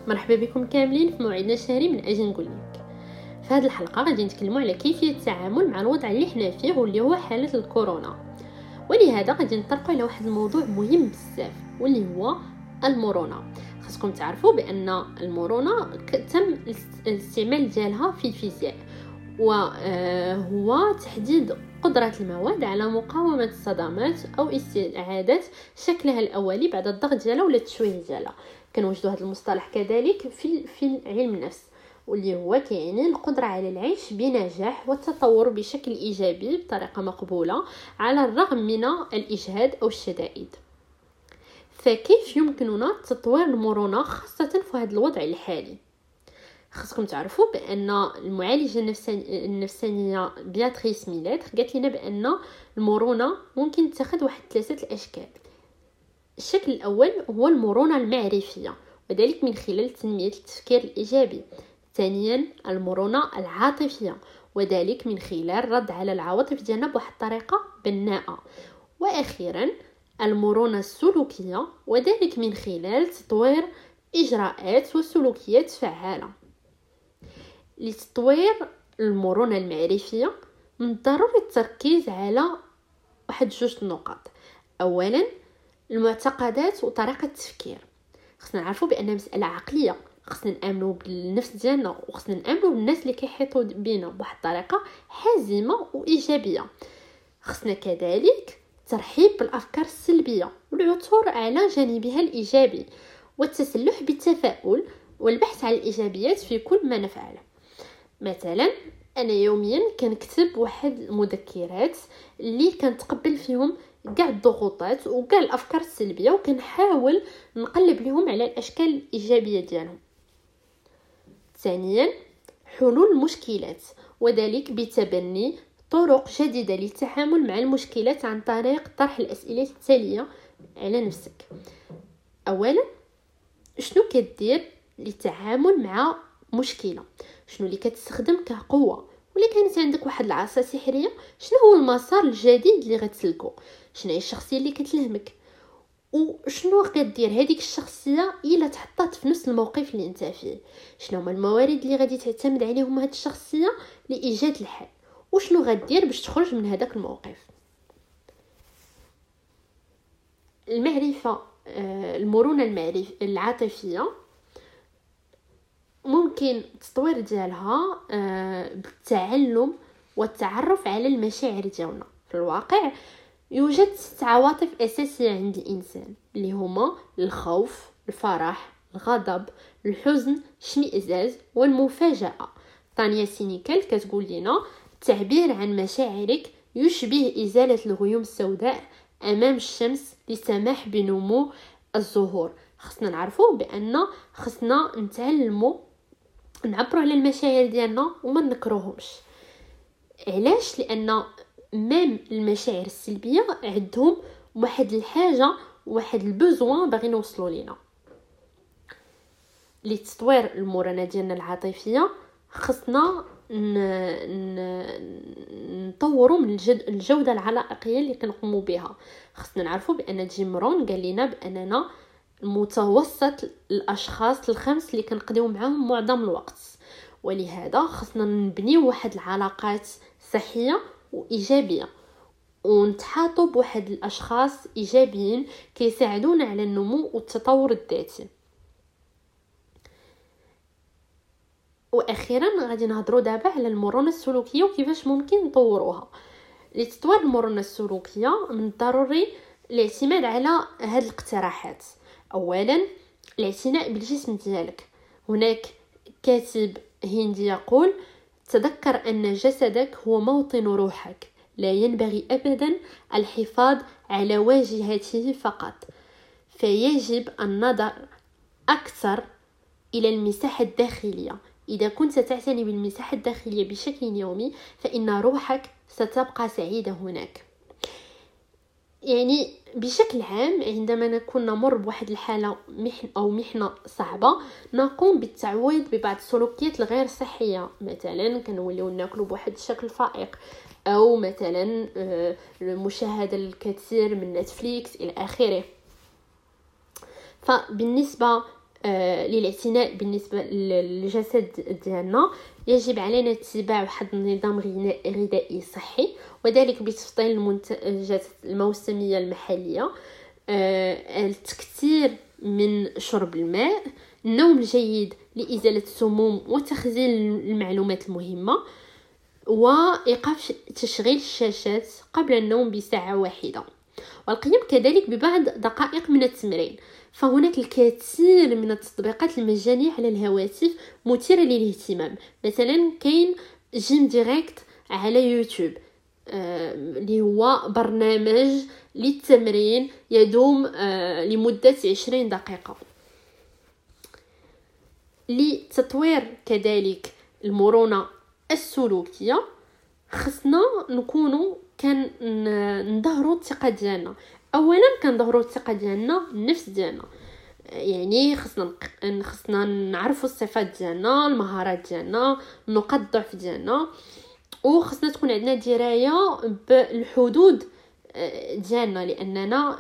مرحبا بكم كاملين في موعدنا الشهري من اجي نقول لك. في هذه الحلقه غادي نتكلموا على كيفيه التعامل مع الوضع اللي حنا فيه واللي هو حاله الكورونا، ولهذا غادي نطرقوا على واحد الموضوع مهم بزاف واللي هو المرونه. خاصكم تعرفوا بان المرونه تم الاستعمال ديالها في الفيزياء، وهو تحديد قدرة المواد على مقاومة الصدمات أو استعادة شكلها الأولي بعد الضغط ديالها ولا التشويه ديالها. كنوجدوا هذا المصطلح كذلك في علم النفس، واللي هو كيعني القدرة على العيش بنجاح والتطور بشكل إيجابي بطريقة مقبولة على الرغم من الإجهاد أو الشدائد. فكيف يمكننا تطوير المرونة خاصة في هذا الوضع الحالي؟ خاصكم تعرفوا بان المعالجه النفسانيه بياتريس ميليتر قالت لنا بان المرونه ممكن تاخذ واحد 3 الاشكال. الشكل الاول هو المرونه المعرفيه، وذلك من خلال تنميه التفكير الايجابي. ثانيا المرونه العاطفيه، وذلك من خلال الرد على العواطف ديالنا بواحد الطريقه بناءه. واخيرا المرونه السلوكيه، وذلك من خلال تطوير اجراءات وسلوكيات فعاله. لتطوير المرونة المعرفية من الضروري التركيز على واحد 2 نقاط. اولا المعتقدات وطريقة التفكير. خصنا نعرفوا بأنها مسألة عقلية، خصنا نآمنوا بالنفس ديالنا وخصنا نآمنوا بالناس اللي كيحيطوا بينا بواحد الطريقة حازمة وإيجابية. خصنا كذلك ترحيب بالأفكار السلبية والعثور على جانبها الإيجابي، والتسلح بالتفاؤل والبحث عن الإيجابيات في كل ما نفعله. مثلا انا يوميا كنكتب واحد المذكرات اللي كنتقبل فيهم كاع الضغوطات وكاع الافكار السلبيه، وكنحاول نقلب لهم على الاشكال الايجابيه ديالهم. ثانيا حلول المشكلات، وذلك بتبني طرق جديده للتعامل مع المشكلات عن طريق طرح الاسئله التاليه على نفسك. اولا شنو كدير للتعامل مع مشكله؟ شنو اللي كتستخدم كقوه؟ ولا كانت عندك واحد العصا سحريه، شنو هو المسار الجديد اللي غتسلكو؟ شنو هي الشخصيه اللي كتلهمك؟ وشنو غدير هذيك الشخصيه الا تحطات في نفس الموقف اللي انت فيه؟ شنو هما الموارد اللي غادي تعتمد عليهم هاد الشخصيه لايجاد الحل؟ وشنو غدير باش تخرج من هذاك الموقف؟ المعرفه المرونه العاطفيه ممكن التطوير ديالها بالتعلم والتعرف على المشاعر ديالنا. في الواقع يوجد 6 عواطف أساسية عند الإنسان، اللي هما الخوف، الفرح، الغضب، الحزن، الاشمئزاز والمفاجأة. طانيا سينيكال كتقول لنا التعبير عن مشاعرك يشبه إزالة الغيوم السوداء أمام الشمس للسماح بنمو الزهور. خصنا نعرفوا بأن خصنا نتعلموا نعبروا على المشاعر ديالنا وما نكرههمش. علاش؟ لان ميم المشاعر السلبيه عندهم واحد الحاجه، واحد البوزوان باغي نوصلوا لينا. لتطوير المرونه ديالنا العاطفيه خصنا نطوروا من الجوده العلائقيه اللي كنقوموا بها. خصنا نعرفوا بان جيم رون قال لنا باننا المتوسط الاشخاص الخمس اللي كنقضيو معاهم معظم الوقت، ولهذا خصنا نبنيو واحد العلاقات صحيه وايجابيه ونتحاطوا بواحد الاشخاص ايجابيين كيساعدونا على النمو والتطور الذاتي. واخيرا غادي نهضروا دابا على المرونه السلوكيه وكيفاش ممكن نطوروها. لتطوير المرونه السلوكيه من الضروري الاعتماد على هاد الاقتراحات. اولا الاعتناء بالجسم ديالك. هناك كاتب هندي يقول تذكر ان جسدك هو موطن روحك، لا ينبغي ابدا الحفاظ على واجهته فقط، فيجب النظر اكثر الى المساحه الداخليه. اذا كنت تعتني بالمساحه الداخليه بشكل يومي فان روحك ستبقى سعيده هناك. يعني بشكل عام عندما نكون نمر بواحد الحالة محنة صعبة نقوم بالتعويض ببعض السلوكيات الغير صحية. مثلا كنوليو ناكلوا بواحد الشكل فائق، أو مثلا المشاهدة الكثير من نتفليكس إلى آخره. فبالنسبة للاعتناء بالنسبة للجسد ديالنا يجب علينا اتباع واحد النظام غذائي صحي، وذلك بتفضيل المنتجات الموسمية المحلية، التكثير من شرب الماء، النوم الجيد لإزالة السموم وتخزين المعلومات المهمة، وإيقاف تشغيل الشاشات قبل النوم بساعة واحدة، والقيام كذلك ببعض دقائق من التمرين. فهناك الكثير من التطبيقات المجانية على الهواتف مثيرة للاهتمام، مثلا كاين جيم ديريكت على يوتيوب اللي هو برنامج للتمرين يدوم لمدة 20 دقيقة. لتطوير كذلك المرونة السلوكية خصنا نكونوا نظهروا الثقة ديالنا. اولا كنظهروا الثقة ديالنا النفس ديالنا، يعني خصنا نعرفوا الصفات ديالنا، المهارات ديالنا، نقاط الضعف ديالنا، وخصنا تكون عندنا درايه بالحدود ديالنا لاننا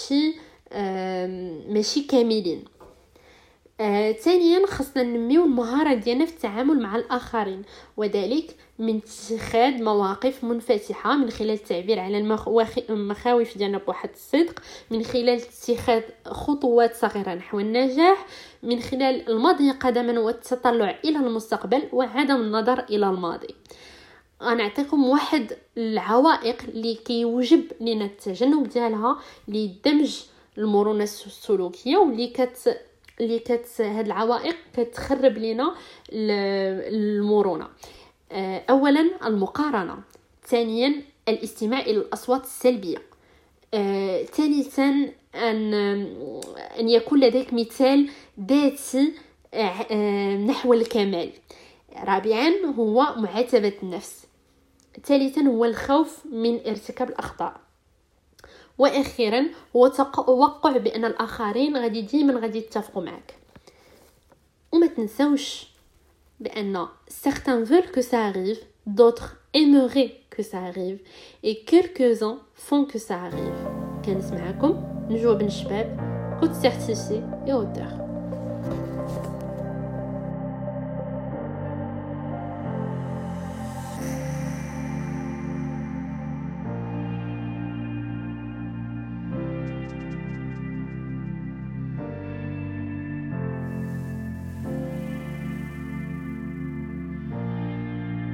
ماشي كاملين. ثانيا خصنا ننميو المهارة ديالنا في التعامل مع الآخرين، وذلك من اتخاذ مواقف منفتحة، من خلال التعبير على المخاوف ديالنا بواحد الصدق، من خلال اتخاذ خطوات صغيرة نحو النجاح، من خلال المضي قدما والتطلع إلى المستقبل وعدم النظر إلى الماضي. غنعطيكم واحد العوائق اللي كيوجب لنا التجنب ديالها لدمج المرونة السلوكية، واللي هاد العوائق كتخرب لنا المرونة. اولا المقارنه، ثانيا الاستماع الى الاصوات السلبيه، ثالثا ان يكون لديك مثال ذاتي نحو الكمال، رابعا هو معاتبه النفس، ثالثا هو الخوف من ارتكاب الاخطاء، واخيرا هو توقع بان الاخرين ديما غادي يتفقوا معك. وما تنسوش بان certains veulent que ça arrive, d'autres aimeraient que ça arrive et quelques-uns font que ça arrive. كنسمعكم نجوى بن شباب، كنت سيرتيفي et auteur.